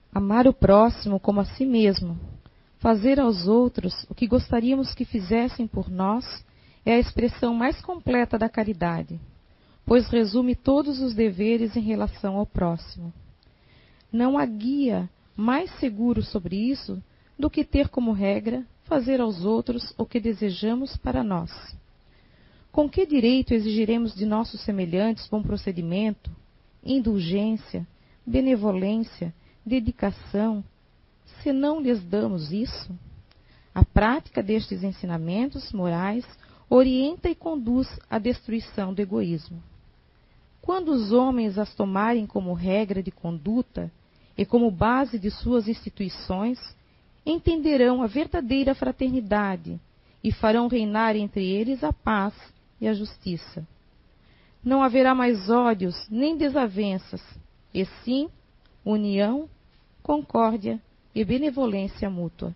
Amar o próximo como a si mesmo, fazer aos outros o que gostaríamos que fizessem por nós, é a expressão mais completa da caridade, pois resume todos os deveres em relação ao próximo. Não há guia mais seguro sobre isso do que ter como regra fazer aos outros o que desejamos para nós. Com que direito exigiremos de nossos semelhantes bom procedimento, indulgência, benevolência, dedicação, se não lhes damos isso? A prática destes ensinamentos morais orienta e conduz à destruição do egoísmo. Quando os homens as tomarem como regra de conduta e como base de suas instituições, entenderão a verdadeira fraternidade e farão reinar entre eles a paz e a justiça. Não haverá mais ódios nem desavenças, e sim união, concórdia e benevolência mútua.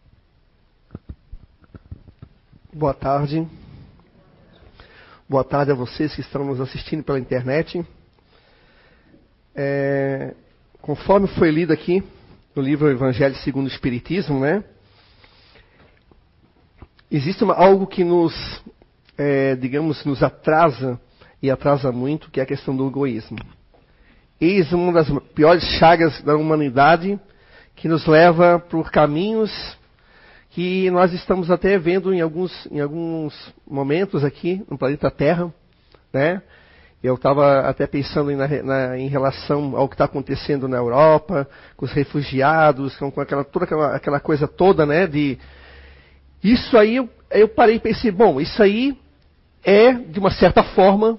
Boa tarde. Boa tarde a vocês que estão nos assistindo pela internet. Conforme foi lido aqui no livro Evangelho segundo o Espiritismo, né? Existe algo que nos atrasa e atrasa muito, que é a questão do egoísmo. Eis uma das piores chagas da humanidade, que nos leva por caminhos que nós estamos até vendo em alguns momentos aqui no planeta Terra, né? Eu estava até pensando em relação ao que está acontecendo na Europa, com os refugiados, com toda aquela coisa toda, né? Isso aí, eu parei e pensei, bom, isso aí é, de uma certa forma,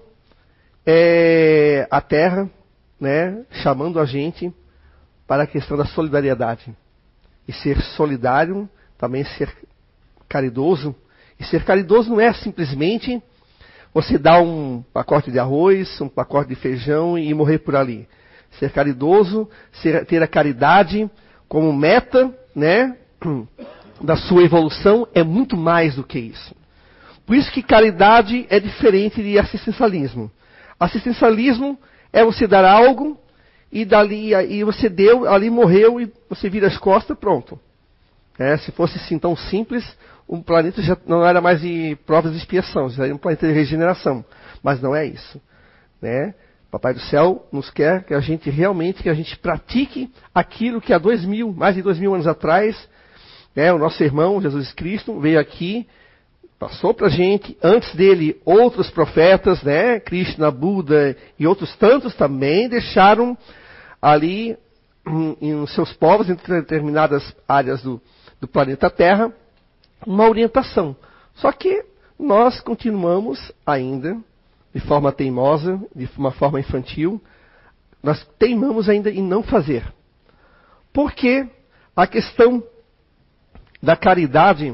a Terra, né, chamando a gente para a questão da solidariedade. E ser solidário, também ser caridoso. E ser caridoso não é simplesmente você dar um pacote de arroz, um pacote de feijão e morrer por ali. Ser caridoso, ter a caridade como meta, né, da sua evolução, é muito mais do que isso. Por isso que caridade é diferente de assistencialismo. Assistencialismo é você dar algo e dali e você deu, ali morreu e você vira as costas, pronto. Se fosse assim tão simples, o planeta já não era mais de provas de expiação, já era um planeta de regeneração. Mas não é isso, né? Papai do Céu nos quer que a gente pratique aquilo que há mais de 2000 anos atrás, né, o nosso irmão Jesus Cristo veio aqui, passou para a gente, antes dele outros profetas, né, Krishna, Buda e outros tantos também deixaram ali em seus povos, em determinadas áreas do planeta Terra, uma orientação. Só que nós continuamos ainda, de forma teimosa, de uma forma infantil, nós teimamos ainda em não fazer. Porque a questão da caridade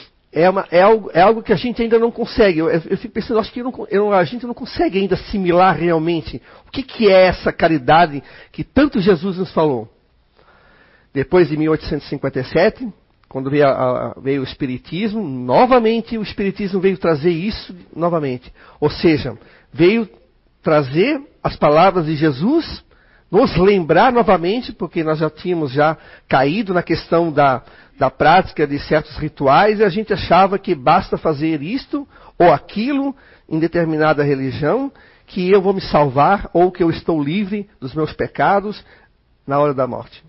é algo que a gente ainda não consegue. Eu fico pensando, acho que a gente não consegue ainda assimilar realmente o que é essa caridade que tanto Jesus nos falou. Depois de 1857, quando veio o Espiritismo, novamente o Espiritismo veio trazer isso novamente. Ou seja, veio trazer as palavras de Jesus, nos lembrar novamente, porque nós já tínhamos caído na questão da prática de certos rituais, e a gente achava que basta fazer isto ou aquilo em determinada religião, que eu vou me salvar, ou que eu estou livre dos meus pecados na hora da morte.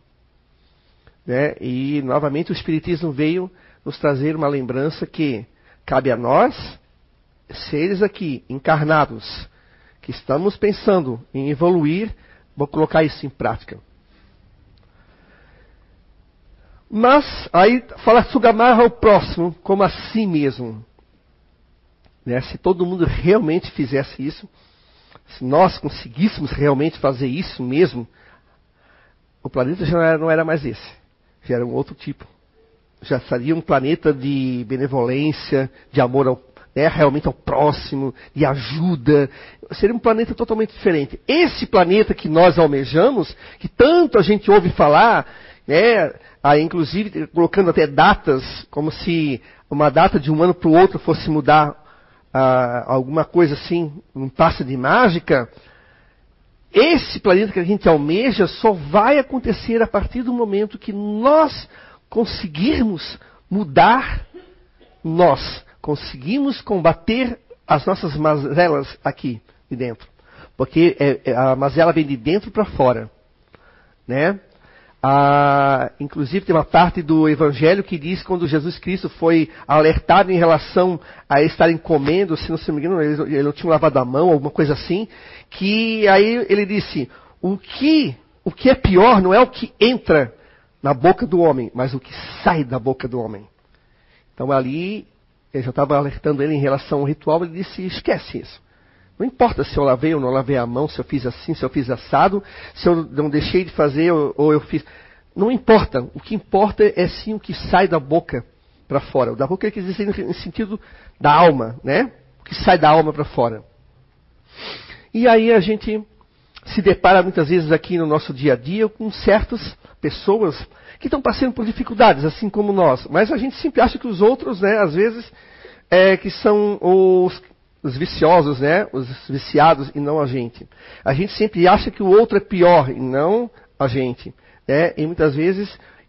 Né? E novamente o Espiritismo veio nos trazer uma lembrança que cabe a nós, seres aqui encarnados, que estamos pensando em evoluir, vou colocar isso em prática. Mas aí fala sobre amar ao próximo como a si mesmo. Né? Se todo mundo realmente fizesse isso, se nós conseguíssemos realmente fazer isso mesmo, o planeta já não era mais esse. Já era um outro tipo. Já seria um planeta de benevolência, de amor realmente ao próximo, de ajuda. Seria um planeta totalmente diferente. Esse planeta que nós almejamos, que tanto a gente ouve falar, né, inclusive colocando até datas, como se uma data de um ano para o outro fosse mudar alguma coisa assim, um passe de mágica. esse planeta que a gente almeja só vai acontecer a partir do momento que nós conseguirmos mudar, nós conseguimos combater as nossas mazelas aqui de dentro. Porque a mazela vem de dentro para fora. Né? Inclusive tem uma parte do Evangelho que diz que quando Jesus Cristo foi alertado em relação a estarem comendo, se não me engano, ele não tinha lavado a mão, alguma coisa assim, que aí ele disse, o que é pior não é o que entra na boca do homem, mas o que sai da boca do homem. Então ali, eu já estava alertando ele em relação ao ritual, ele disse, esquece isso. Não importa se eu lavei ou não lavei a mão, se eu fiz assim, se eu fiz assado, se eu não deixei de fazer ou eu fiz. Não importa. O que importa é sim o que sai da boca para fora. Da boca quer dizer no sentido da alma, né? O que sai da alma para fora. E aí a gente se depara muitas vezes aqui no nosso dia a dia com certas pessoas que estão passando por dificuldades, assim como nós. Mas a gente sempre acha que os outros, né, às vezes, que são os viciosos, né? Os viciados e não a gente. A gente sempre acha que o outro é pior e não a gente. Né? E muitas vezes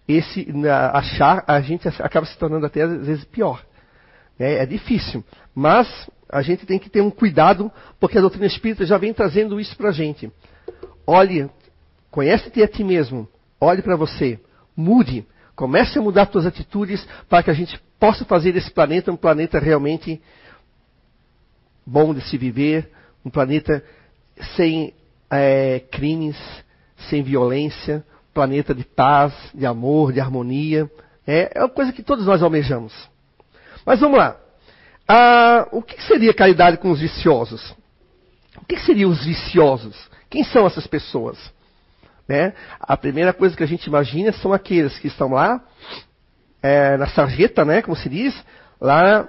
achar a gente acaba se tornando até às vezes pior. É difícil. Mas a gente tem que ter um cuidado, porque a doutrina espírita já vem trazendo isso para a gente. Olhe, conhece-te a ti mesmo. Olhe para você. Mude. Comece a mudar suas atitudes para que a gente possa fazer desse planeta um planeta realmente bom de se viver, um planeta sem crimes, sem violência, um planeta de paz, de amor, de harmonia. É uma coisa que todos nós almejamos. Mas vamos lá. O que seria caridade com os viciosos? O que seriam os viciosos? Quem são essas pessoas? Né? A primeira coisa que a gente imagina são aqueles que estão lá, na sarjeta, né, como se diz, lá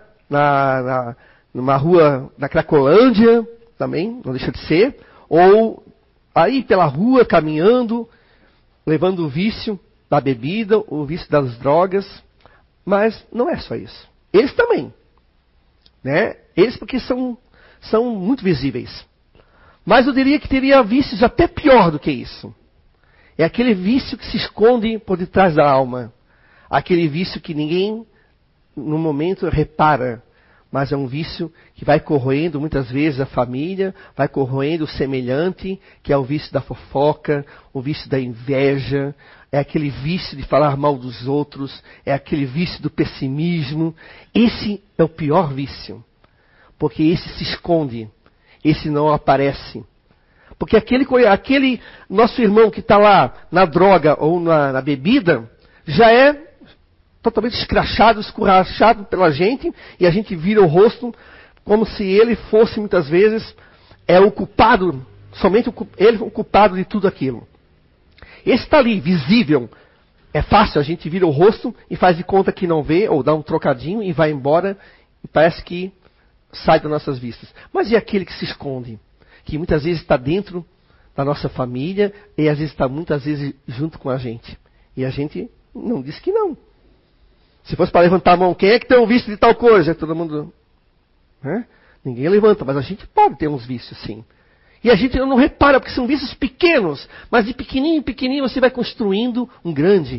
numa rua na Cracolândia, também, não deixa de ser, ou aí pela rua, caminhando, levando o vício da bebida, o vício das drogas, mas não é só isso. Eles também, né? Eles porque são muito visíveis. Mas eu diria que teria vícios até pior do que isso. É aquele vício que se esconde por detrás da alma. Aquele vício que ninguém, no momento, repara. Mas é um vício que vai corroendo muitas vezes a família, vai corroendo o semelhante, que é o vício da fofoca, o vício da inveja, é aquele vício de falar mal dos outros, é aquele vício do pessimismo. Esse é o pior vício, porque esse se esconde, esse não aparece. Porque aquele nosso irmão que está lá na droga ou na bebida, já é totalmente escrachado, escurrachado pela gente, e a gente vira o rosto como se ele fosse, muitas vezes, o culpado, somente ele o culpado de tudo aquilo. Esse está ali, visível. É fácil, a gente vira o rosto e faz de conta que não vê, ou dá um trocadinho e vai embora, e parece que sai das nossas vistas. Mas e aquele que se esconde? Que muitas vezes está dentro da nossa família, e às vezes está muitas vezes junto com a gente. E a gente não diz que não. Se fosse para levantar a mão, quem é que tem um vício de tal coisa? Todo mundo... Ninguém levanta, mas a gente pode ter uns vícios, sim. E a gente não repara, porque são vícios pequenos, mas de pequenininho em pequenininho você vai construindo um grande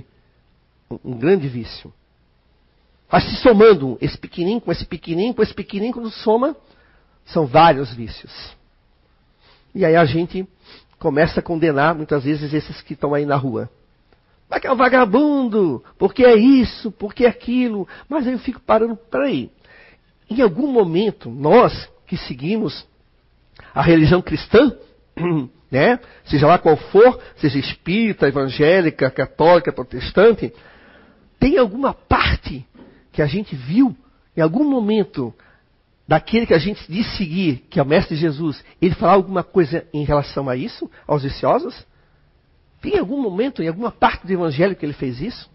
vício. Vai se somando esse pequenininho, com esse pequenininho, com esse pequenininho, quando soma, são vários vícios. E aí a gente começa a condenar, muitas vezes, esses que estão aí na rua. Mas que é um vagabundo, porque é isso, porque é aquilo. Mas aí eu fico parando, peraí. Em algum momento, nós que seguimos a religião cristã, né, seja lá qual for, seja espírita, evangélica, católica, protestante, tem alguma parte que a gente viu, em algum momento, daquele que a gente diz seguir, que é o Mestre Jesus, ele falar alguma coisa em relação a isso, aos viciosos? Tem algum momento, em alguma parte do Evangelho que ele fez isso?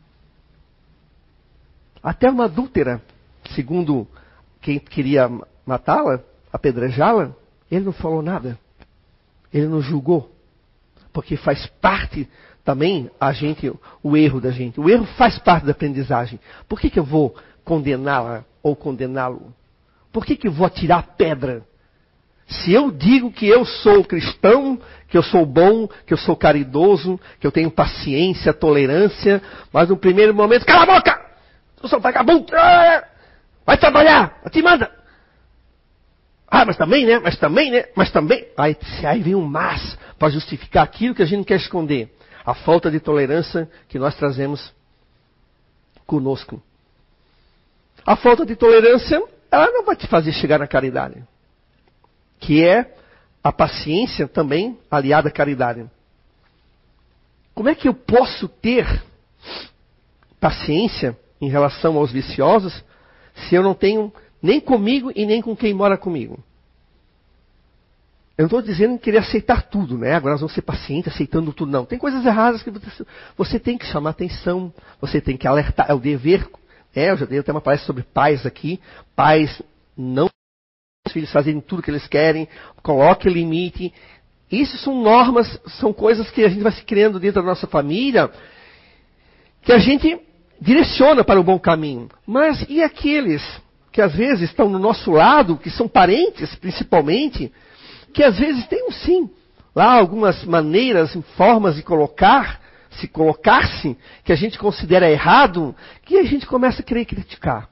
Até uma adúltera, segundo quem queria matá-la, apedrejá-la, ele não falou nada. Ele não julgou. Porque faz parte também o erro da gente. O erro faz parte da aprendizagem. Por que eu vou condená-la ou condená-lo? Por que eu vou atirar pedra? Se eu digo que eu sou cristão, que eu sou bom, que eu sou caridoso, que eu tenho paciência, tolerância, mas no primeiro momento, cala a boca! Eu sou vagabundo! Vai trabalhar! Te manda! Ah, mas também, né? Mas também, né? Mas também. Aí vem um mas para justificar aquilo que a gente não quer esconder. A falta de tolerância que nós trazemos conosco. A falta de tolerância, ela não vai te fazer chegar na caridade. Que é a paciência também aliada à caridade. Como é que eu posso ter paciência em relação aos viciosos se eu não tenho nem comigo e nem com quem mora comigo? Eu não estou dizendo que querer aceitar tudo, né? Agora nós vamos ser pacientes aceitando tudo. Não. Tem coisas erradas que você tem que chamar atenção, você tem que alertar. É o dever. Eu já dei até uma palestra sobre pais aqui. Pais não os filhos fazerem tudo que eles querem, coloque limite. Isso são normas, são coisas que a gente vai se criando dentro da nossa família, que a gente direciona para o bom caminho. Mas e aqueles que às vezes estão no nosso lado, que são parentes principalmente, que às vezes tem sim, lá algumas maneiras, formas de colocar-se, que a gente considera errado, que a gente começa a querer criticar.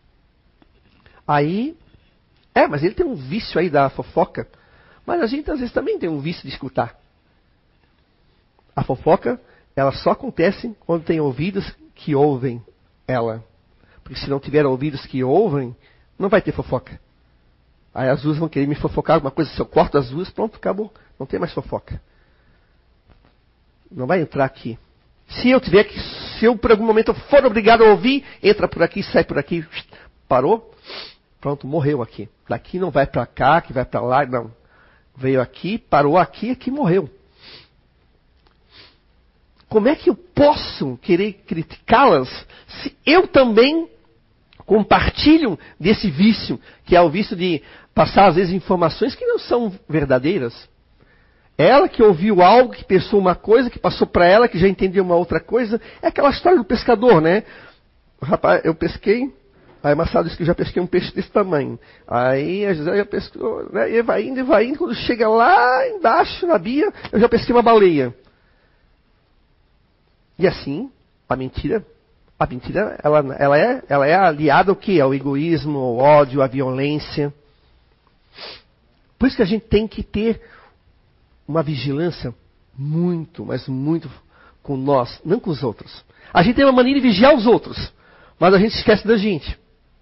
Aí, mas ele tem um vício aí da fofoca, mas a gente às vezes também tem um vício de escutar. A fofoca, ela só acontece quando tem ouvidos que ouvem ela. Porque se não tiver ouvidos que ouvem, não vai ter fofoca. Aí as duas vão querer me fofocar alguma coisa. Se eu corto as duas, pronto, acabou. Não tem mais fofoca. Não vai entrar aqui. Se eu por algum momento for obrigado a ouvir, entra por aqui, sai por aqui, parou, pronto, morreu aqui. Daqui não vai para cá, que vai para lá, não. Veio aqui, parou aqui, aqui morreu. Como é que eu posso querer criticá-las se eu também compartilho desse vício, que é o vício de passar às vezes informações que não são verdadeiras? Ela que ouviu algo, que pensou uma coisa, que passou para ela, que já entendeu uma outra coisa. É aquela história do pescador, né? Rapaz, eu pesquei, aí Massado disse que eu já pesquei um peixe desse tamanho. Aí a Gisele já pescou, né? E vai indo, quando chega lá embaixo, na Bia, eu já pesquei uma baleia. E assim, a mentira, ela é aliada ao quê? Ao egoísmo, ao ódio, à violência. Por isso que a gente tem que ter uma vigilância muito, mas muito com nós, não com os outros. A gente tem uma mania de vigiar os outros, mas a gente esquece da gente.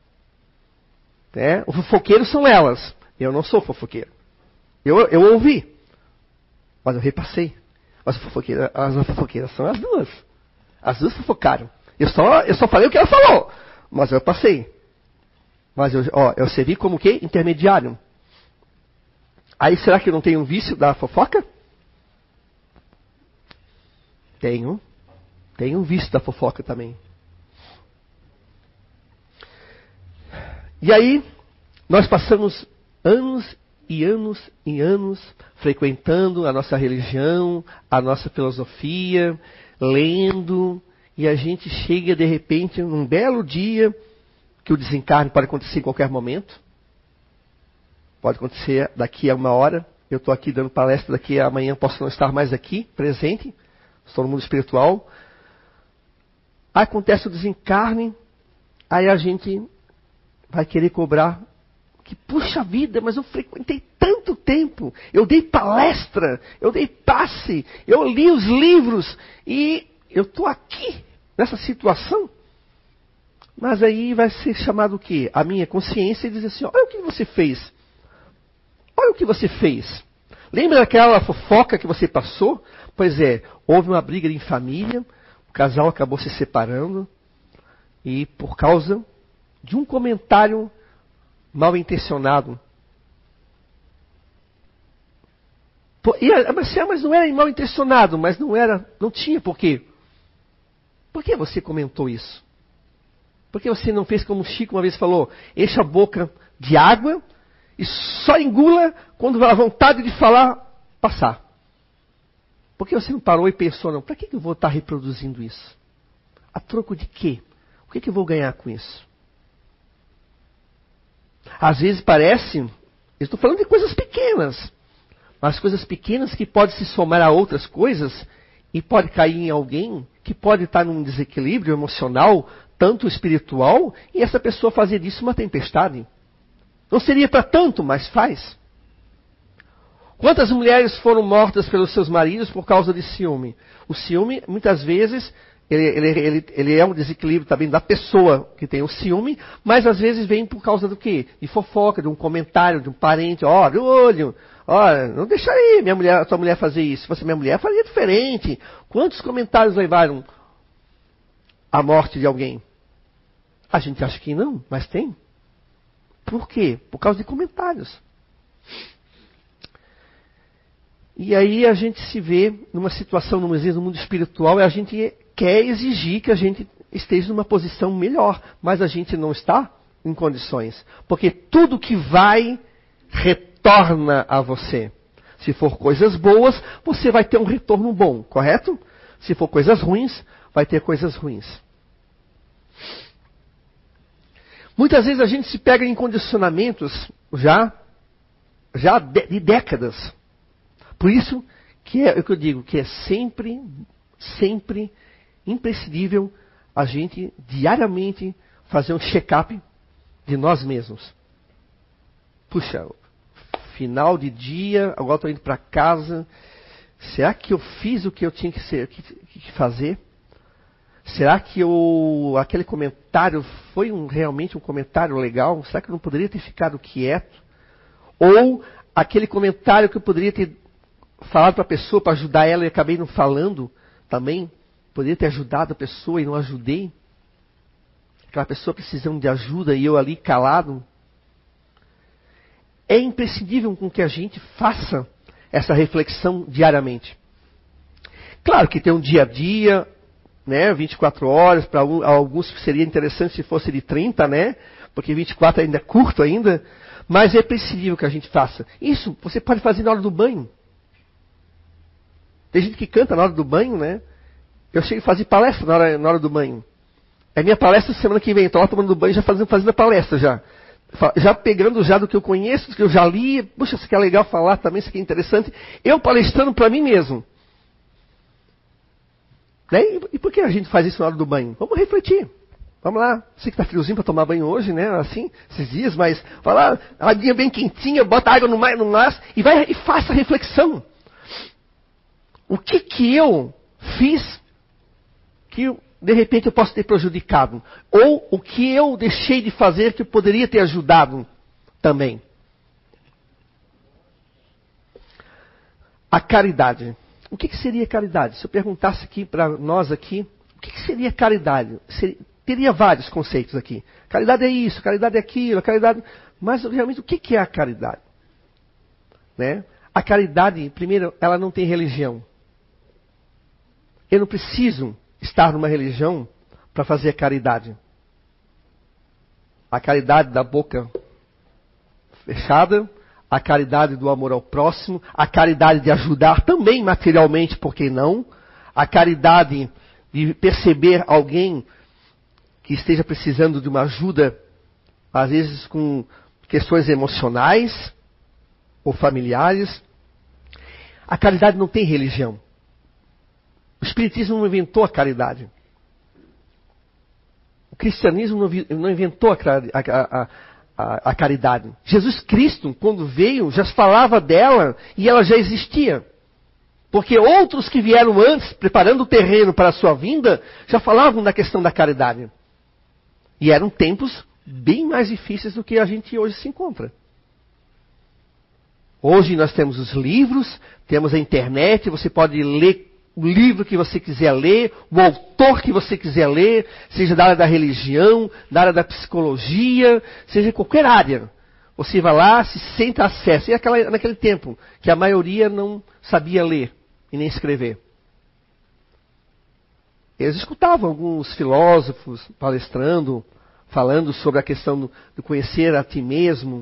Os fofoqueiros são elas. Eu não sou fofoqueiro. Eu ouvi, mas eu repassei. As fofoqueiras são as duas. As duas fofocaram. Eu só falei o que ela falou, mas eu passei. Mas eu servi como o quê? Intermediário. Aí será que eu não tenho um vício da fofoca? Tenho. Tenho um vício da fofoca também. E aí, nós passamos anos e anos e anos frequentando a nossa religião, a nossa filosofia, lendo, e a gente chega de repente num belo dia, que o desencarne pode acontecer em qualquer momento. Pode acontecer daqui a 1 hora. Eu estou aqui dando palestra, daqui a amanhã posso não estar mais aqui, presente. Estou no mundo espiritual. Acontece o desencarne, aí a gente vai querer cobrar. Que puxa vida, mas eu frequentei tanto tempo. Eu dei palestra, eu dei passe, eu li os livros e eu estou aqui, nessa situação. Mas aí vai ser chamado o quê? A minha consciência e dizer assim, olha o que você fez. Olha o que você fez. Lembra daquela fofoca que você passou? Pois é, houve uma briga em família, o casal acabou se separando, e por causa de um comentário mal intencionado. Mas não era mal intencionado, mas não tinha por quê. Por que você comentou isso? Por que você não fez como o Chico uma vez falou, enche a boca de água e só engula quando a vontade de falar passar? Por que você não parou e pensou, não, para que eu vou estar reproduzindo isso? A troco de quê? O que eu vou ganhar com isso? Às vezes parece Eu estou falando de coisas pequenas. Mas coisas pequenas que podem se somar a outras coisas e pode cair em alguém que pode estar num desequilíbrio emocional, tanto espiritual, e essa pessoa fazer disso uma tempestade. Não seria para tanto, mas faz. Quantas mulheres foram mortas pelos seus maridos por causa de ciúme? O ciúme, muitas vezes, ele é um desequilíbrio também da pessoa que tem o ciúme, mas às vezes vem por causa do quê? De fofoca, de um comentário, de um parente. Olha, olho, olha, não deixaria a tua mulher fazer isso. Se fosse minha mulher, faria diferente. Quantos comentários levaram à morte de alguém? A gente acha que não, mas tem. Por quê? Por causa de comentários. E aí a gente se vê numa situação, no mundo espiritual, e a gente quer exigir que a gente esteja numa posição melhor, mas a gente não está em condições. Porque tudo que vai, retorna a você. Se for coisas boas, você vai ter um retorno bom, correto? Se for coisas ruins, vai ter coisas ruins. Muitas vezes a gente se pega em condicionamentos já de décadas. Por isso que é o que eu digo, que é sempre imprescindível a gente diariamente fazer um check-up de nós mesmos. Puxa, final de dia, agora estou indo para casa. Será que eu fiz o que eu tinha que fazer? Será que aquele comentário foi realmente um comentário legal? Será que eu não poderia ter ficado quieto? Ou aquele comentário que eu poderia ter falado para a pessoa para ajudar ela e acabei não falando também? Poderia ter ajudado a pessoa e não ajudei? Aquela pessoa precisando de ajuda e eu ali calado? É imprescindível com que a gente faça essa reflexão diariamente. Claro que tem um dia a dia, né, 24 horas, para alguns seria interessante se fosse de 30, né? Porque 24 ainda é curto ainda, mas é imprescindível que a gente faça. Isso você pode fazer na hora do banho. Tem gente que canta na hora do banho, né? Eu chego a fazer palestra na hora do banho. É minha palestra semana que vem, estou lá tomando banho já fazendo a palestra já. Já pegando já do que eu conheço, do que eu já li, puxa, isso aqui é legal falar também, isso aqui é interessante. Eu palestrando para mim mesmo. Né? E por que a gente faz isso na hora do banho? Vamos refletir. Vamos lá. Sei que está friozinho para tomar banho hoje, né? Assim, esses dias, mas vai lá, a aguinha bem quentinha, bota água no mar e vai e faça a reflexão. O que eu fiz que de repente eu posso ter prejudicado? Ou o que eu deixei de fazer que eu poderia ter ajudado também? A caridade. O que seria caridade? Se eu perguntasse aqui para nós aqui, o que seria caridade? Teria vários conceitos aqui. Caridade é isso, caridade é aquilo, caridade... Mas realmente o que é a caridade? Né? A caridade, primeiro, ela não tem religião. Eu não preciso estar numa religião para fazer a caridade. A caridade da boca fechada, a caridade do amor ao próximo, a caridade de ajudar também materialmente, por que não? A caridade de perceber alguém que esteja precisando de uma ajuda, às vezes com questões emocionais ou familiares. A caridade não tem religião. O Espiritismo não inventou a caridade. O cristianismo não inventou a caridade. Jesus Cristo, quando veio, já falava dela e ela já existia. Porque outros que vieram antes, preparando o terreno para a sua vinda, já falavam da questão da caridade. E eram tempos bem mais difíceis do que a gente hoje se encontra. Hoje nós temos os livros, temos a internet, você pode ler o livro que você quiser ler, o autor que você quiser ler, seja da área da religião, da área da psicologia, seja em qualquer área. Você vai lá, se senta, acessa. E naquele tempo, que a maioria não sabia ler e nem escrever. Eles escutavam alguns filósofos palestrando, falando sobre a questão do conhecer a ti mesmo,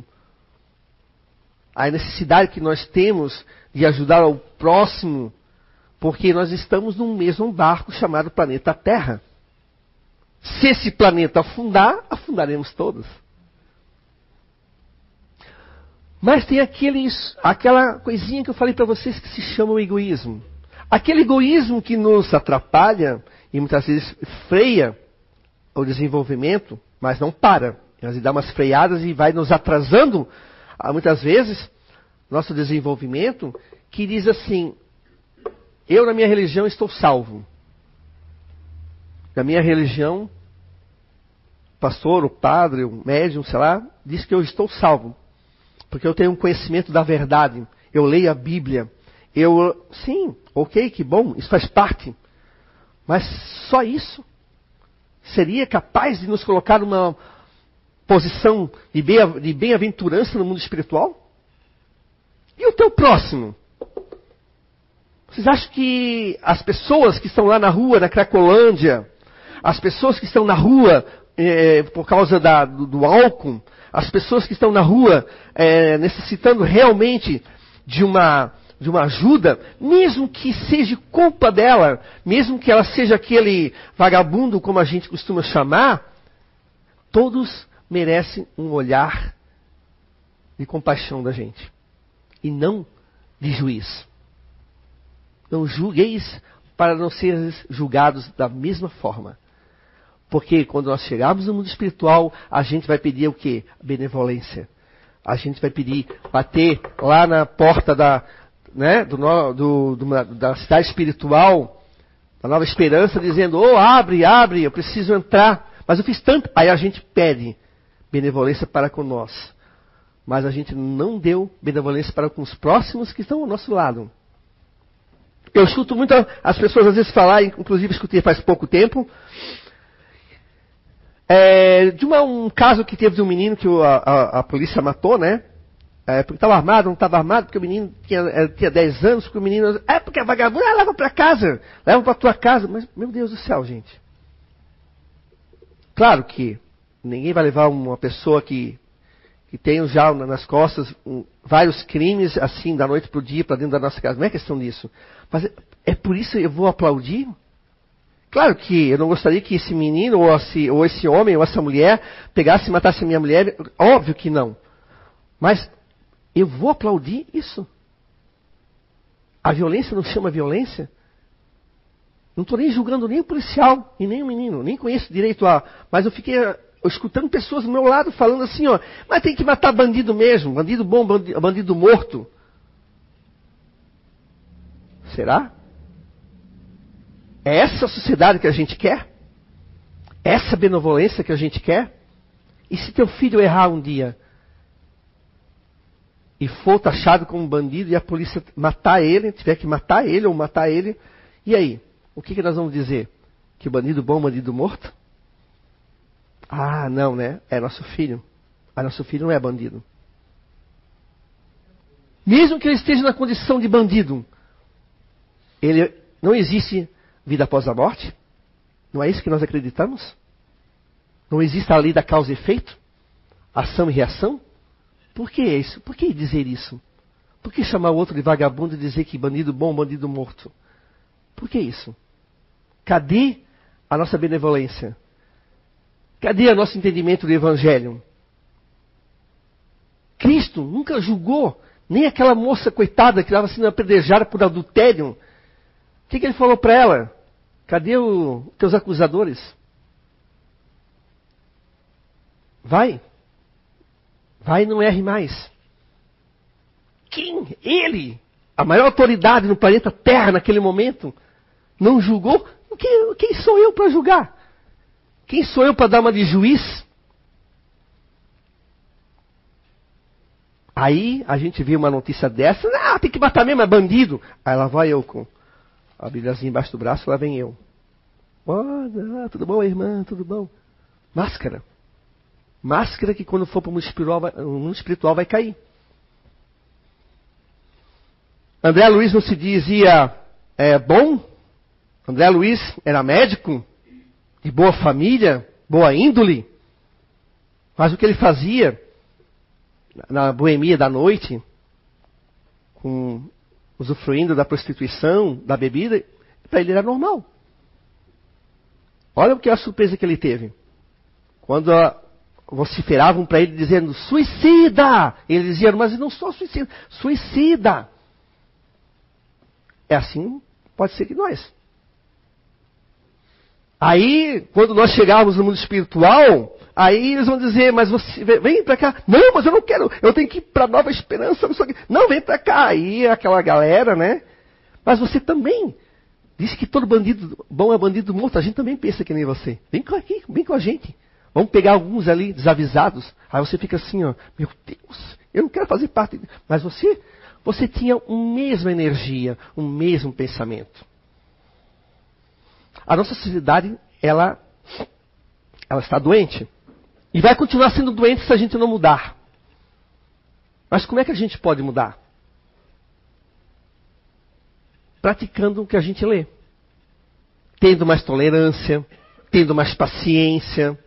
a necessidade que nós temos de ajudar ao próximo, porque nós estamos num mesmo barco chamado planeta Terra. Se esse planeta afundar, afundaremos todos. Mas tem aquela coisinha que eu falei para vocês que se chama o egoísmo. Aquele egoísmo que nos atrapalha e muitas vezes freia o desenvolvimento, mas não para. Ele dá umas freadas e vai nos atrasando, muitas vezes, nosso desenvolvimento, que diz assim: eu na minha religião estou salvo. Na minha religião, o pastor, o padre, o médium, sei lá, diz que eu estou salvo. Porque eu tenho um conhecimento da verdade. Eu leio a Bíblia. Sim, ok, que bom, isso faz parte. Mas só isso seria capaz de nos colocar numa posição de bem-aventurança no mundo espiritual? E o teu próximo? Vocês acham que as pessoas que estão lá na rua, na Cracolândia, as pessoas que estão na rua por causa do álcool, as pessoas que estão na rua necessitando realmente de uma ajuda, mesmo que seja culpa dela, mesmo que ela seja aquele vagabundo, como a gente costuma chamar, todos merecem um olhar de compaixão da gente. E não de juízo. Não julgueis para não seres julgados da mesma forma. Porque quando nós chegarmos no mundo espiritual, a gente vai pedir o quê? Benevolência. A gente vai pedir, bater lá na porta da cidade espiritual, da Nova Esperança, dizendo: oh, abre, eu preciso entrar. Mas eu fiz tanto. Aí a gente pede benevolência para com nós. Mas a gente não deu benevolência para com os próximos que estão ao nosso lado. Eu escuto muito as pessoas às vezes falar, inclusive escutei faz pouco tempo, de um caso que teve de um menino que a polícia matou, né? Porque estava armado, não estava armado, porque o menino tinha 10 anos, porque o menino... porque é vagabundo, leva para casa, leva para tua casa. Mas, meu Deus do céu, gente. Claro que ninguém vai levar uma pessoa que tem já nas costas vários crimes, assim, da noite para o dia, para dentro da nossa casa. Não é questão disso. Mas é por isso que eu vou aplaudir? Claro que eu não gostaria que esse menino, ou esse homem, ou essa mulher, pegasse e matasse a minha mulher. Óbvio que não. Mas eu vou aplaudir isso. A violência não chama violência? Não estou nem julgando nem o policial e nem o menino. Nem conheço direito mas eu fiquei escutando pessoas do meu lado falando assim, mas tem que matar bandido mesmo. Bandido bom, bandido morto. Será? É essa a sociedade que a gente quer? Essa benevolência que a gente quer? E se teu filho errar um dia e for taxado como bandido e a polícia matar ele, tiver que matar ele ou matar ele, e aí? O que nós vamos dizer? Que bandido bom, bandido morto? Ah, não, né? É nosso filho. Ah, nosso filho não é bandido. Mesmo que ele esteja na condição de bandido, não existe vida após a morte? Não é isso que nós acreditamos? Não existe a lei da causa e efeito? Ação e reação? Por que isso? Por que dizer isso? Por que chamar o outro de vagabundo e dizer que bandido bom, bandido morto? Por que isso? Cadê a nossa benevolência? Cadê o nosso entendimento do Evangelho? Cristo nunca julgou nem aquela moça coitada que estava sendo apedrejada por adultério. O que ele falou para ela? Cadê os teus acusadores? Vai e não erre mais. Quem? Ele, a maior autoridade no planeta Terra naquele momento, não julgou? Quem sou eu para julgar? Quem sou eu para dar uma de juiz? Aí a gente vê uma notícia dessa, tem que matar mesmo, é bandido. Aí lá vai eu com a Bíbliazinha embaixo do braço, lá vem eu. Tudo bom, irmã? Tudo bom? Máscara. Máscara que quando for para o mundo espiritual vai cair. André Luiz não se dizia bom? André Luiz era médico, de boa família, boa índole. Mas o que ele fazia na boemia da noite, usufruindo da prostituição, da bebida, para ele era normal. Olha o que a surpresa que ele teve. Quando vociferavam para ele dizendo, suicida! Ele dizia, mas eu não sou suicida. Suicida! É assim, pode ser que nós. Aí, quando nós chegarmos no mundo espiritual, aí eles vão dizer, mas você vem para cá. Não, mas eu não quero, eu tenho que ir para Nova Esperança. Não, vem para cá. Aí aquela galera, né? Mas você também. Diz que todo bandido bom é bandido morto. A gente também pensa que nem você. Vem aqui, vem com a gente. Vamos pegar alguns ali desavisados. Aí você fica assim, ó, meu Deus, eu não quero fazer parte. Mas você tinha a mesma energia, o mesmo pensamento. A nossa sociedade, ela está doente. E vai continuar sendo doente se a gente não mudar. Mas como é que a gente pode mudar? Praticando o que a gente lê. Tendo mais tolerância, tendo mais paciência.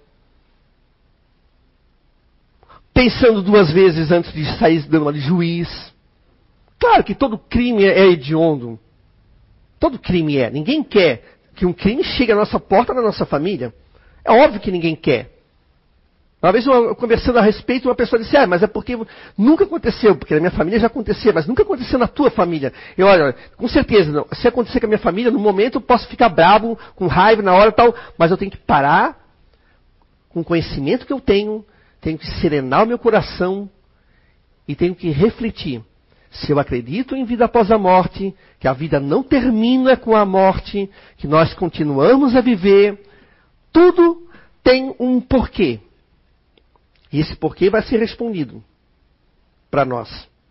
Pensando 2 vezes antes de sair dando uma de juiz. Claro que todo crime é hediondo. Todo crime é. Ninguém quer que um crime chegue à nossa porta, na nossa família. É óbvio que ninguém quer. Uma vez, conversando a respeito, uma pessoa disse, mas é porque nunca aconteceu, porque na minha família já acontecia, mas nunca aconteceu na tua família. Eu, olha, com certeza, não. Se acontecer com a minha família, no momento eu posso ficar bravo, com raiva na hora e tal, mas eu tenho que parar com o conhecimento que eu tenho que serenar o meu coração e tenho que refletir. Se eu acredito em vida após a morte, que a vida não termina com a morte, que nós continuamos a viver, tudo tem um porquê. E esse porquê vai ser respondido para nós.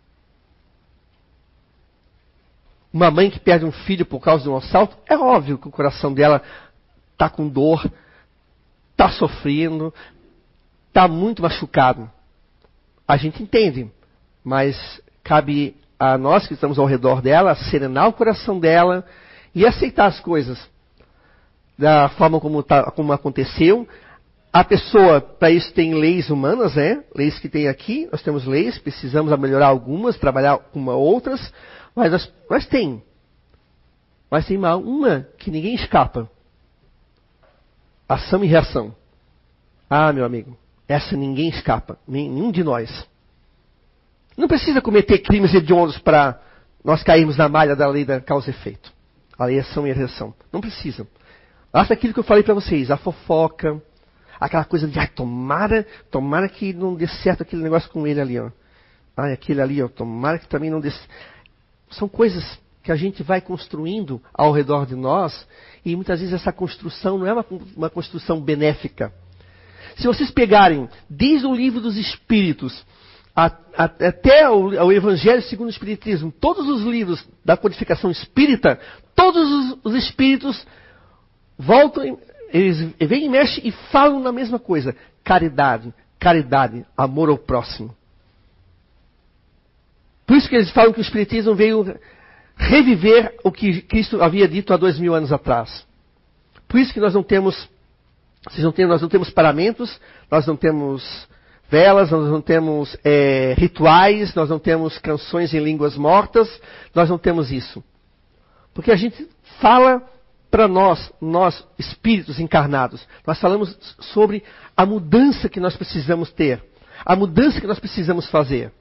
Uma mãe que perde um filho por causa de um assalto, é óbvio que o coração dela está com dor, está sofrendo, está muito machucado. A gente entende, mas cabe a nós que estamos ao redor dela serenar o coração dela e aceitar as coisas da forma como aconteceu. A pessoa, para isso, tem leis humanas, né? Leis que tem aqui, nós temos leis, precisamos melhorar algumas, trabalhar com outras, mas tem. Mas tem uma que ninguém escapa. Ação e reação. Ah, meu amigo, essa ninguém escapa, nenhum de nós. Não precisa cometer crimes hediondos para nós cairmos na malha da lei da causa e efeito. A lei ação e reação. Não precisa. Basta aquilo que eu falei para vocês, a fofoca, aquela coisa de, tomara que não dê certo aquele negócio com ele ali, ó. Aquele ali, ó, tomara que também não dê certo. São coisas que a gente vai construindo ao redor de nós e muitas vezes essa construção não é uma construção benéfica. Se vocês pegarem desde o livro dos Espíritos até o Evangelho segundo o Espiritismo, todos os livros da codificação espírita, todos os espíritos voltam, eles vêm e mexem e falam na mesma coisa. Caridade, amor ao próximo. Por isso que eles falam que o Espiritismo veio reviver o que Cristo havia dito há 2000 anos atrás. Por isso que nós não temos paramentos, nós não temos velas, nós não temos rituais, nós não temos canções em línguas mortas, nós não temos isso. Porque a gente fala para nós espíritos encarnados, nós falamos sobre a mudança que nós precisamos ter, a mudança que nós precisamos fazer.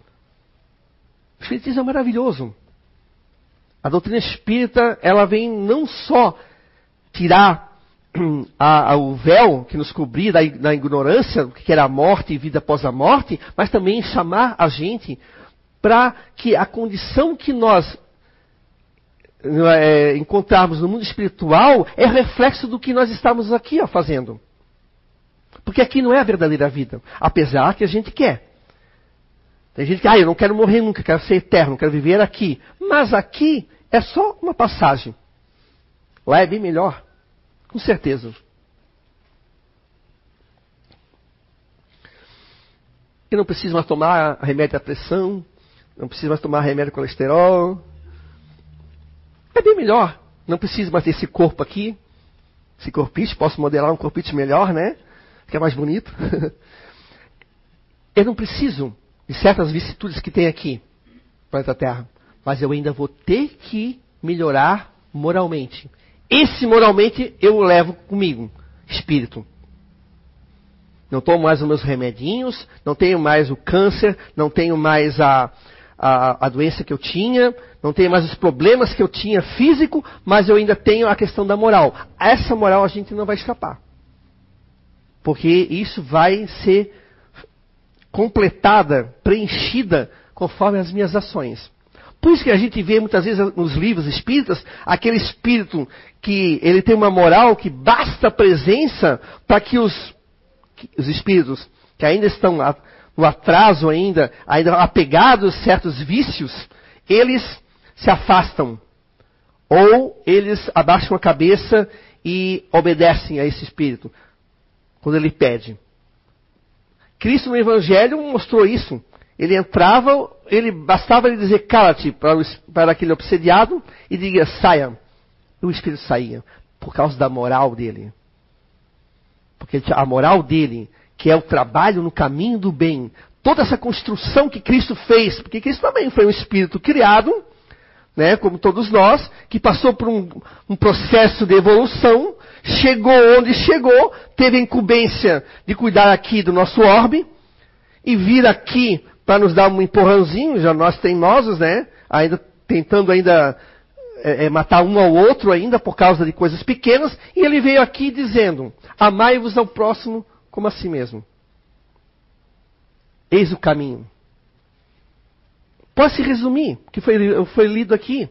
O Espiritismo é maravilhoso. A doutrina espírita, ela vem não só tirar o véu que nos cobria da ignorância, do que era a morte e vida após a morte, mas também chamar a gente para que a condição que nós encontrarmos no mundo espiritual é reflexo do que nós estamos aqui fazendo. Porque aqui não é a verdadeira vida, apesar que a gente quer. Tem gente que, eu não quero morrer nunca, quero ser eterno, quero viver aqui. Mas aqui é só uma passagem. Lá é bem melhor. Com certeza. E não precisa mais tomar remédio à pressão, não precisa mais tomar remédio ao colesterol. É bem melhor. Não precisa mais ter esse corpo aqui, esse corpite, posso modelar um corpite melhor, né? Fica mais bonito. Eu não preciso de certas vicissitudes que tem aqui, no planeta Terra, mas eu ainda vou ter que melhorar moralmente. Esse moralmente eu levo comigo, espírito. não tomo mais os meus remedinhos, não tenho mais o câncer, não tenho mais a doença que eu tinha, não tenho mais os problemas que eu tinha físico, mas eu ainda tenho a questão da moral. Essa moral a gente não vai escapar. Porque isso vai ser completada, preenchida, conforme as minhas ações. Por isso que a gente vê muitas vezes nos livros espíritas, aquele espírito que ele tem uma moral que basta a presença para que os espíritos que ainda estão no atraso ainda apegados a certos vícios, eles se afastam. Ou eles abaixam a cabeça e obedecem a esse espírito, quando ele pede. Cristo no Evangelho mostrou isso. Ele entrava, bastava ele dizer cala-te para aquele obsediado e diga saia. E o espírito saía, por causa da moral dele. Porque a moral dele, que é o trabalho no caminho do bem, toda essa construção que Cristo fez, porque Cristo também foi um espírito criado, né, como todos nós, que passou por um processo de evolução, chegou onde chegou, teve a incumbência de cuidar aqui do nosso orbe, e vir aqui para nos dar um empurrãozinho, já nós teimosos, né, tentando matar um ao outro ainda por causa de coisas pequenas, e ele veio aqui dizendo, amai-vos ao próximo como a si mesmo. Eis o caminho. Pode se resumir, que foi lido aqui.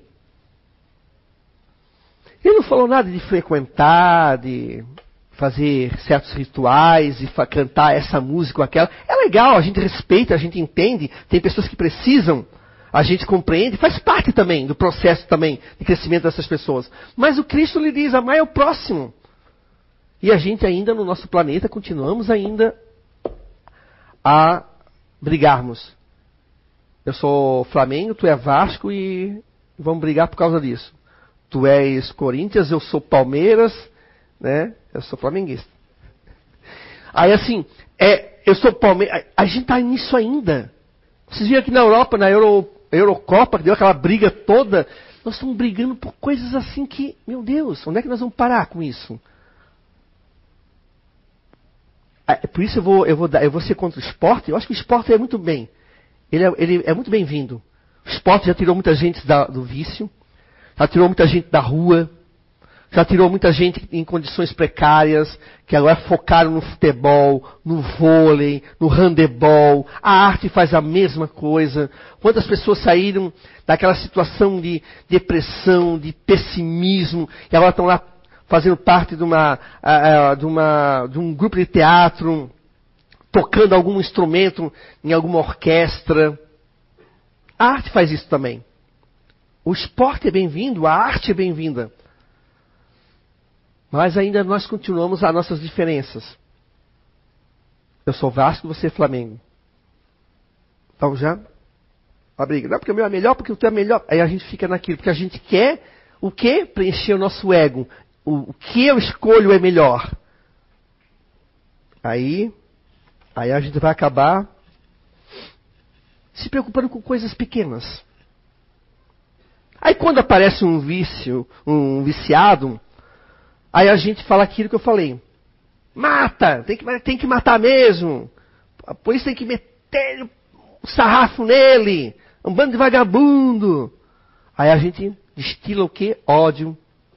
Ele não falou nada de frequentar, de fazer certos rituais, de cantar essa música ou aquela. É legal, a gente respeita, a gente entende. Tem pessoas que precisam, a gente compreende, faz parte também do processo também de crescimento dessas pessoas. Mas o Cristo lhe diz, amai ao próximo. E a gente ainda no nosso planeta continuamos ainda a brigarmos. Eu sou Flamengo, tu é Vasco e vamos brigar por causa disso. Tu és Corinthians, eu sou Palmeiras, né? Eu sou flamenguista. Aí assim, eu sou Palmeiras, a gente está nisso ainda. Vocês viram aqui na Europa, na Eurocopa, que deu aquela briga toda. Nós estamos brigando por coisas assim que, meu Deus, onde é que nós vamos parar com isso? Por isso eu vou ser contra o esporte. Eu acho que o esporte é muito bem. Ele é muito bem-vindo. O esporte já tirou muita gente do vício, já tirou muita gente da rua, já tirou muita gente em condições precárias, que agora focaram no futebol, no vôlei, no handebol. A arte faz a mesma coisa. Quantas pessoas saíram daquela situação de depressão, de pessimismo, e agora estão lá fazendo parte de um grupo de teatro, tocando algum instrumento em alguma orquestra. A arte faz isso também. O esporte é bem-vindo, a arte é bem-vinda. Mas ainda nós continuamos as nossas diferenças. Eu sou Vasco, você é Flamengo. Então já a briga. Não, porque o meu é melhor, porque o teu é melhor. Aí a gente fica naquilo, porque a gente quer o quê? Preencher o nosso ego. O que eu escolho é melhor. Aí a gente vai acabar se preocupando com coisas pequenas. Aí quando aparece um vício, um viciado, aí a gente fala aquilo que eu falei. Mata! Tem que matar mesmo. Por isso tem que meter o sarrafo nele. Um bando de vagabundo. Aí a gente destila o quê? Ódio.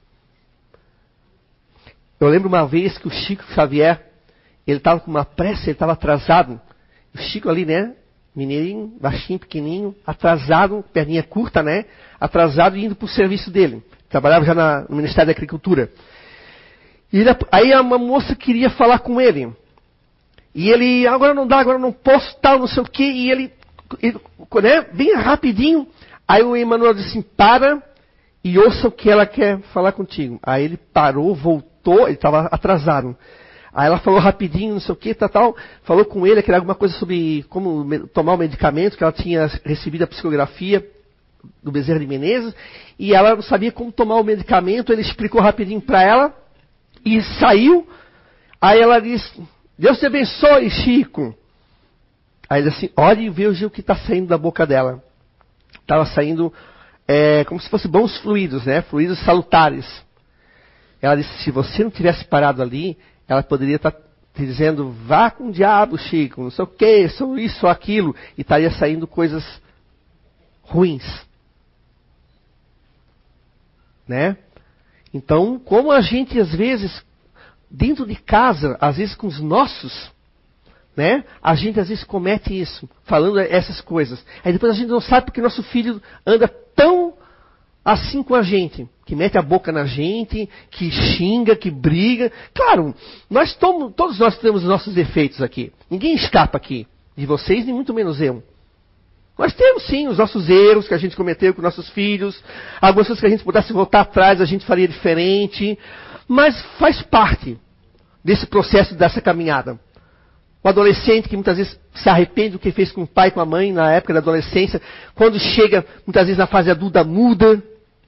Eu lembro uma vez que o Chico Xavier, ele estava com uma pressa, ele estava atrasado. O Chico ali, né? Mineirinho, baixinho, pequenininho, atrasado, perninha curta, né? Atrasado e indo para o serviço dele. Trabalhava já no Ministério da Agricultura. E aí uma moça queria falar com ele. E ele, agora não dá, agora não posso, tal, não sei o quê. E ele né? Bem rapidinho. Aí o Emmanuel disse assim, para e ouça o que ela quer falar contigo. Aí ele parou, voltou, ele estava atrasado. Aí ela falou rapidinho, não sei o que, tal, falou com ele, que era alguma coisa sobre como tomar o medicamento, que ela tinha recebido a psicografia do Bezerra de Menezes, e ela não sabia como tomar o medicamento, ele explicou rapidinho para ela, e saiu. Aí ela disse, Deus te abençoe, Chico. Aí ele disse assim, olhe e veja o que está saindo da boca dela. Estava saindo como se fossem bons fluidos, né? Fluidos salutares. Ela disse, se você não tivesse parado ali, ela poderia estar dizendo, vá com o diabo, Chico, não sei o que, sou isso ou aquilo, e estaria saindo coisas ruins. Né? Então, como a gente às vezes, dentro de casa, às vezes com os nossos, né? A gente às vezes comete isso, falando essas coisas. Aí depois a gente não sabe porque nosso filho anda tão assim com a gente, que mete a boca na gente, que xinga, que briga. Claro, todos nós temos os nossos defeitos aqui. Ninguém escapa aqui, de vocês, nem muito menos eu. Nós temos sim os nossos erros que a gente cometeu com nossos filhos, algumas coisas que a gente pudesse voltar atrás, a gente faria diferente, mas faz parte desse processo, dessa caminhada. O adolescente que muitas vezes se arrepende do que fez com o pai e com a mãe na época da adolescência, quando chega muitas vezes na fase adulta muda.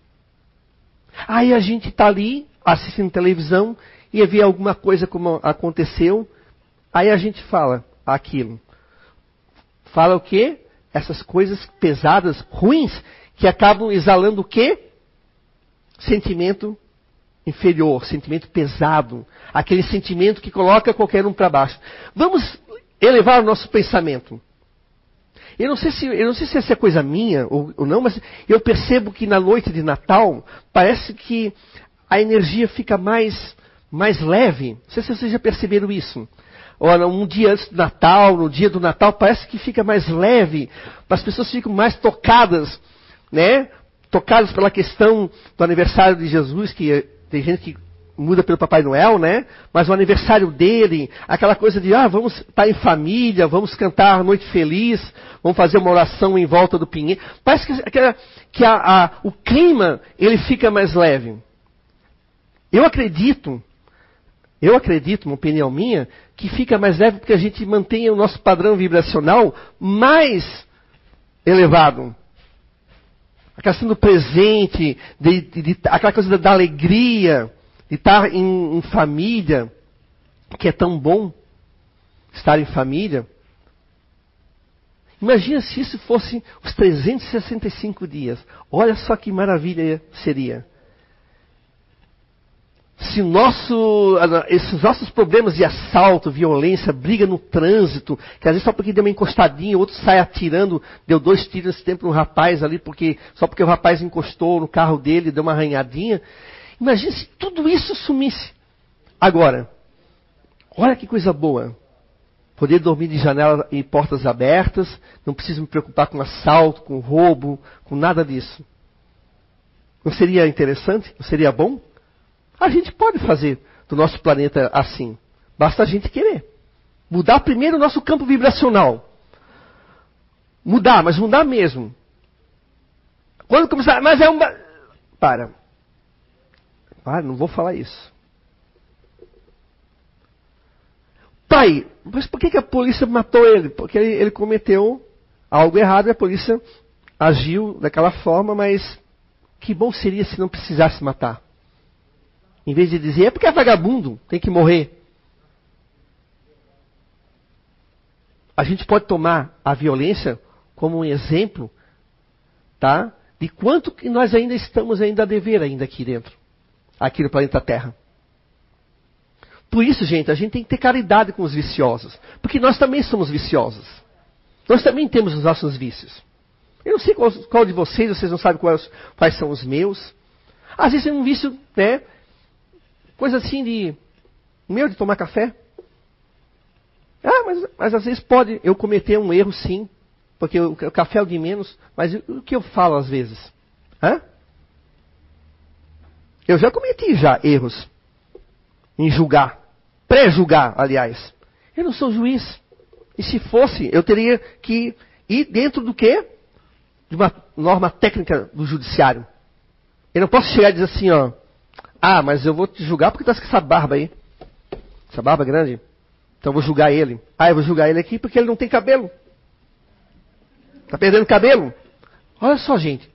Aí a gente está ali assistindo televisão e vê alguma coisa como aconteceu, aí a gente fala aquilo. Fala o quê? Essas coisas pesadas, ruins, que acabam exalando o quê? Sentimento inferior, sentimento pesado. Aquele sentimento que coloca qualquer um para baixo. Vamos elevar o nosso pensamento. Eu não sei se essa é coisa minha ou não, mas eu percebo que na noite de Natal, parece que a energia fica mais leve. Não sei se vocês já perceberam isso. Ora, um dia antes do Natal, no dia do Natal, parece que fica mais leve. As pessoas ficam mais tocadas, né? Tocadas pela questão do aniversário de Jesus, que tem gente que muda pelo Papai Noel, né? Mas o aniversário dele, aquela coisa de, vamos estar em família, vamos cantar Noite Feliz, vamos fazer uma oração em volta do pinheiro. Parece que o clima, ele fica mais leve. Eu acredito, uma opinião minha, que fica mais leve porque a gente mantém o nosso padrão vibracional mais elevado. A questão do presente, aquela coisa da alegria, de estar em família, que é tão bom estar em família. Imagina se isso fosse os 365 dias. Olha só que maravilha seria. Se esses nossos problemas de assalto, violência, briga no trânsito, que às vezes só porque deu uma encostadinha, o outro sai atirando, deu 2 tiros nesse tempo no rapaz ali, só porque o rapaz encostou no carro dele, deu uma arranhadinha. Imagina se tudo isso sumisse. Agora, olha que coisa boa. Poder dormir de janela e portas abertas, não preciso me preocupar com assalto, com roubo, com nada disso. Não seria interessante? Não seria bom? A gente pode fazer do nosso planeta assim. Basta a gente querer. Mudar primeiro o nosso campo vibracional. Mudar, mas mudar mesmo. Quando começar... Mas é um... Para, não vou falar isso. Pai, mas por que a polícia matou ele? Porque ele cometeu algo errado e a polícia agiu daquela forma, mas que bom seria se não precisasse matar. Em vez de dizer, é porque é vagabundo, tem que morrer. A gente pode tomar a violência como um exemplo, tá? De quanto que nós ainda estamos a dever ainda aqui dentro. Aqui no planeta Terra. Por isso, gente, a gente tem que ter caridade com os viciosos. Porque nós também somos viciosos. Nós também temos os nossos vícios. Eu não sei qual de vocês não sabem quais são os meus. Às vezes é um vício, né? Coisa assim de tomar café. Mas às vezes pode eu cometer um erro sim. Porque o café é o de menos. Mas o que eu falo às vezes? Eu já cometi erros. Em julgar. Pré-julgar, aliás. Eu não sou juiz. E se fosse, eu teria que ir dentro do quê? De uma norma técnica do judiciário. Eu não posso chegar e dizer assim, mas eu vou te julgar porque tu tá com essa barba aí. Essa barba grande. Então eu vou julgar ele. Eu vou julgar ele aqui porque ele não tem cabelo. Tá perdendo cabelo? Olha só, gente.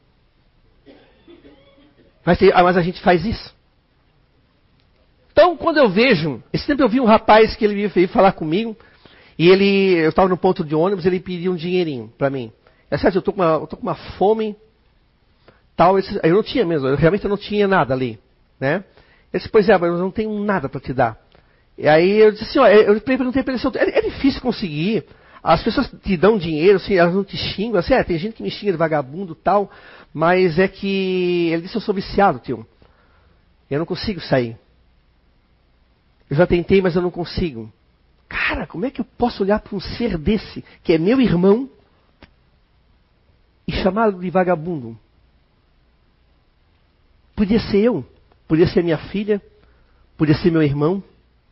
Mas a gente faz isso. Então, quando eu vejo... Esse tempo eu vi um rapaz que ele veio falar comigo. E eu estava no ponto de ônibus, ele pediu um dinheirinho para mim. É certo, eu tô com uma fome. Tal, eu não tinha mesmo, realmente eu não tinha nada ali. Né? Ele disse, pois é, mas eu não tenho nada para te dar. E aí eu disse assim, ó, eu perguntei para ele, é difícil conseguir. As pessoas te dão dinheiro, assim, elas não te xingam, assim, tem gente que me xinga de vagabundo e tal, mas é que ele disse, eu sou viciado, tio. Eu não consigo sair. Eu já tentei, mas eu não consigo. Cara, como é que eu posso olhar para um ser desse, que é meu irmão, e chamá-lo de vagabundo? Podia ser eu, podia ser minha filha, podia ser meu irmão.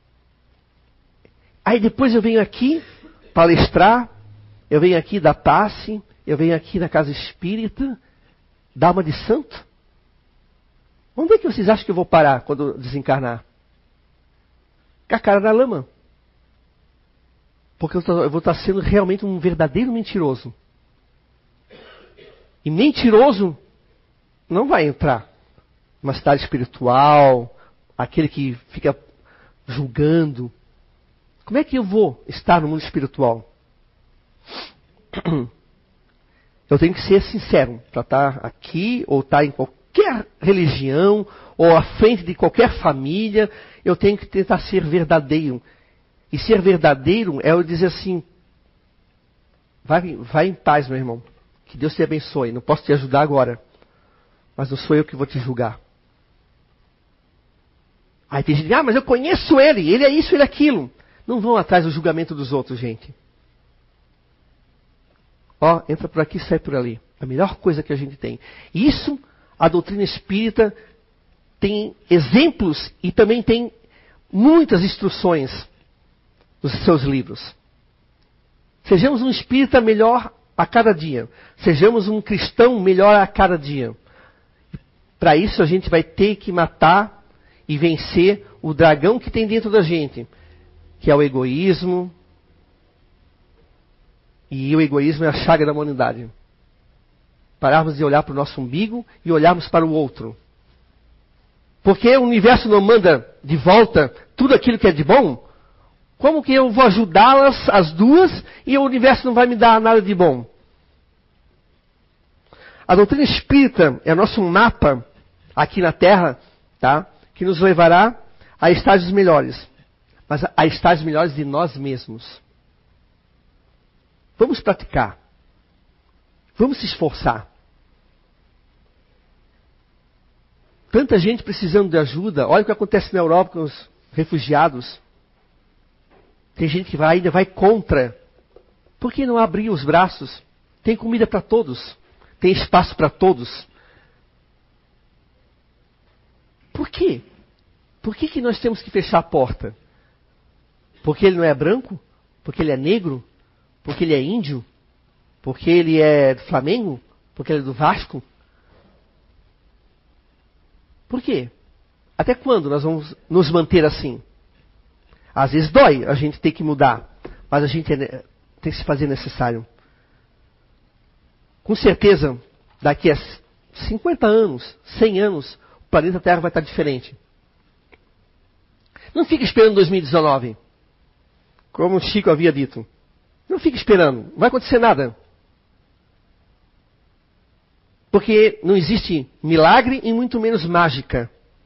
Aí depois eu venho aqui palestrar, eu venho aqui dar passe, eu venho aqui na casa espírita, dar uma de santo. Onde é que vocês acham que eu vou parar quando desencarnar? Com a cara na lama. Porque eu vou estar sendo realmente um verdadeiro mentiroso. E mentiroso não vai entrar numa cidade espiritual, aquele que fica julgando. Como é que eu vou estar no mundo espiritual? Eu tenho que ser sincero para estar aqui, ou estar em qualquer religião, ou à frente de qualquer família. Eu tenho que tentar ser verdadeiro. E ser verdadeiro é eu dizer assim, vai em paz, meu irmão. Que Deus te abençoe. Não posso te ajudar agora. Mas não sou eu que vou te julgar. Aí tem gente que diz, mas eu conheço ele é isso, ele é aquilo. Não vão atrás do julgamento dos outros, gente. Ó, entra por aqui, sai por ali. A melhor coisa que a gente tem. Isso, a doutrina espírita tem exemplos e também tem muitas instruções nos seus livros. Sejamos um espírita melhor a cada dia. Sejamos um cristão melhor a cada dia. Para isso a gente vai ter que matar e vencer o dragão que tem dentro da gente, que é o egoísmo. E o egoísmo é a chaga da humanidade. Pararmos de olhar para o nosso umbigo e olharmos para o outro. Porque o universo não manda de volta tudo aquilo que é de bom. Como que eu vou ajudá-las, as duas, e o universo não vai me dar nada de bom? A doutrina espírita é nosso mapa aqui na Terra, tá? Que nos levará a estágios melhores. Mas a estágios melhores de nós mesmos. Vamos praticar. Vamos se esforçar. Tanta gente precisando de ajuda. Olha o que acontece na Europa com os refugiados. Tem gente que ainda vai contra. Por que não abrir os braços? Tem comida para todos. Tem espaço para todos. Por quê? Por que nós temos que fechar a porta? Porque ele não é branco? Porque ele é negro? Porque ele é índio? Porque ele é do Flamengo? Porque ele é do Vasco? Por quê? Até quando nós vamos nos manter assim? Às vezes dói a gente ter que mudar, mas a gente tem que se fazer necessário. Com certeza, daqui a 50 anos, 100 anos, o planeta Terra vai estar diferente. Não fique esperando 2019, como o Chico havia dito. Não fique esperando, não vai acontecer nada. Porque não existe milagre e muito menos mágica.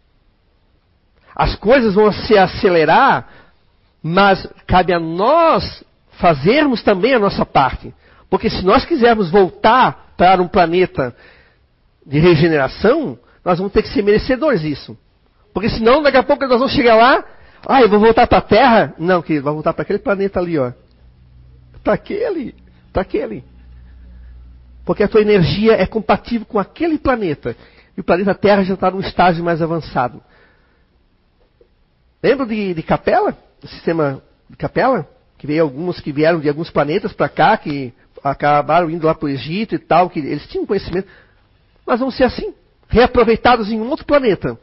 As coisas vão se acelerar, mas cabe a nós fazermos também a nossa parte. Porque se nós quisermos voltar para um planeta de regeneração, nós vamos ter que ser merecedores disso. Porque senão, daqui a pouco nós vamos chegar lá, eu vou voltar para a Terra? Não, querido, vai voltar para aquele planeta ali, ó. Para aquele. Porque a tua energia é compatível com aquele planeta. E o planeta Terra já está num estágio mais avançado. Lembra de Capela? Do sistema de Capela? Que veio alguns que vieram de alguns planetas para cá, que acabaram indo lá para o Egito e tal, que eles tinham conhecimento. Nós vamos ser assim, reaproveitados em um outro planeta.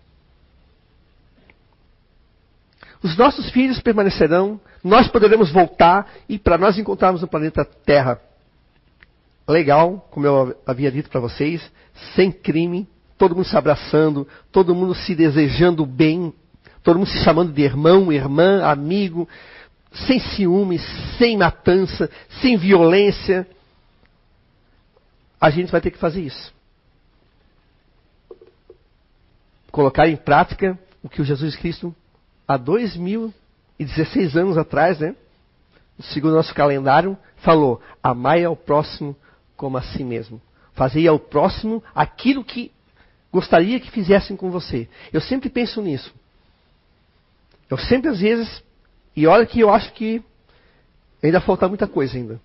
Os nossos filhos permanecerão, nós poderemos voltar e para nós encontrarmos no planeta Terra legal, como eu havia dito para vocês, sem crime, todo mundo se abraçando, todo mundo se desejando bem, todo mundo se chamando de irmão, irmã, amigo, sem ciúmes, sem matança, sem violência. A gente vai ter que fazer isso. Colocar em prática o que o Jesus Cristo há 2016 anos atrás, né? Segundo o nosso calendário, falou: amai ao próximo como a si mesmo. Fazei ao próximo aquilo que gostaria que fizessem com você. Eu sempre penso nisso. Eu sempre, às vezes, e olha que eu acho que ainda falta muita coisa ainda.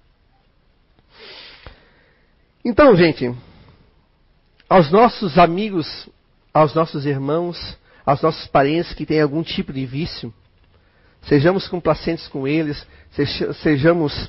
Então, gente, aos nossos amigos, aos nossos irmãos, aos nossos parentes que têm algum tipo de vício, sejamos complacentes com eles, sejamos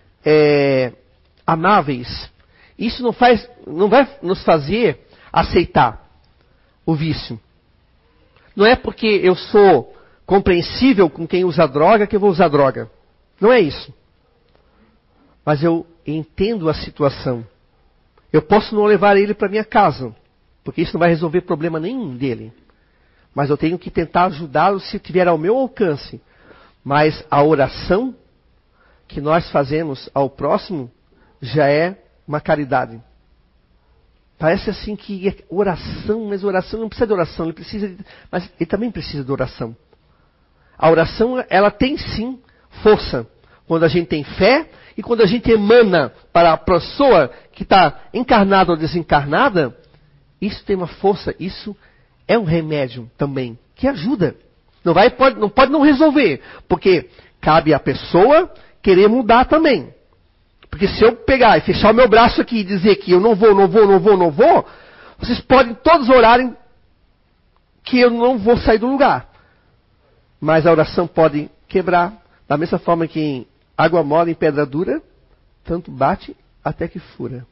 amáveis. Isso não vai nos fazer aceitar o vício. Não é porque eu sou compreensível com quem usa droga que eu vou usar droga. Não é isso. Mas eu entendo a situação. Eu posso não levar ele para minha casa, porque isso não vai resolver problema nenhum dele. Mas eu tenho que tentar ajudá-lo se tiver ao meu alcance. Mas a oração que nós fazemos ao próximo já é uma caridade. Parece assim que é oração, mas oração não precisa de oração, mas ele também precisa de oração. A oração, ela tem sim força. Quando a gente tem fé e quando a gente emana para a pessoa que está encarnada ou desencarnada, isso tem uma força, isso é um remédio também, que ajuda. Não pode não resolver, porque cabe à pessoa querer mudar também. Porque se eu pegar e fechar o meu braço aqui e dizer que eu não vou, vocês podem todos orarem que eu não vou sair do lugar. Mas a oração pode quebrar, da mesma forma que em água mole em pedra dura, tanto bate até que fura.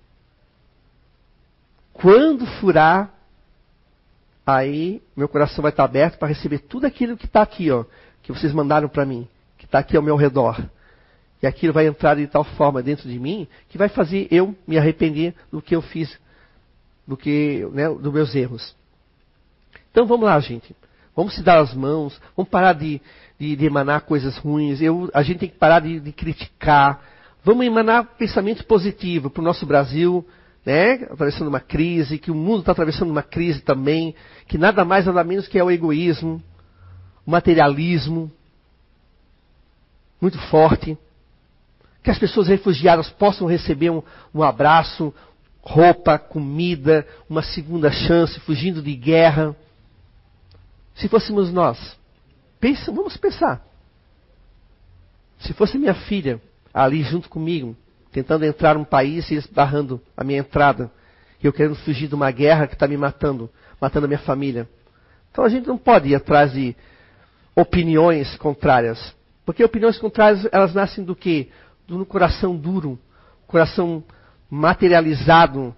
Quando furar, aí meu coração vai estar aberto para receber tudo aquilo que está aqui, ó, que vocês mandaram para mim, que está aqui ao meu redor. E aquilo vai entrar de tal forma dentro de mim que vai fazer eu me arrepender do que eu fiz, dos meus erros. Então vamos lá, gente. Vamos se dar as mãos, vamos parar de emanar coisas ruins. A gente tem que parar de criticar. Vamos emanar pensamento positivo para o nosso Brasil, né? Atravessando uma crise, que o mundo está atravessando uma crise também, que nada mais nada menos que é o egoísmo, o materialismo, muito forte. Que as pessoas refugiadas possam receber um abraço, roupa, comida, uma segunda chance, fugindo de guerra. Se fôssemos nós, vamos pensar. Se fosse minha filha ali junto comigo, tentando entrar num país e eles barrando a minha entrada, e eu querendo fugir de uma guerra que está me matando a minha família. Então a gente não pode ir atrás de opiniões contrárias. Porque opiniões contrárias, elas nascem do quê? Do coração duro, coração materializado,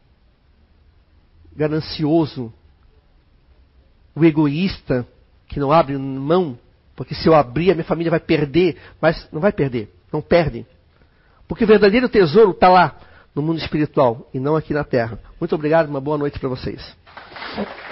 ganancioso, o egoísta, que não abre mão, porque se eu abrir a minha família vai perder, mas não vai perder, não perde. Porque o verdadeiro tesouro está lá, no mundo espiritual, e não aqui na terra. Muito obrigado, uma boa noite para vocês.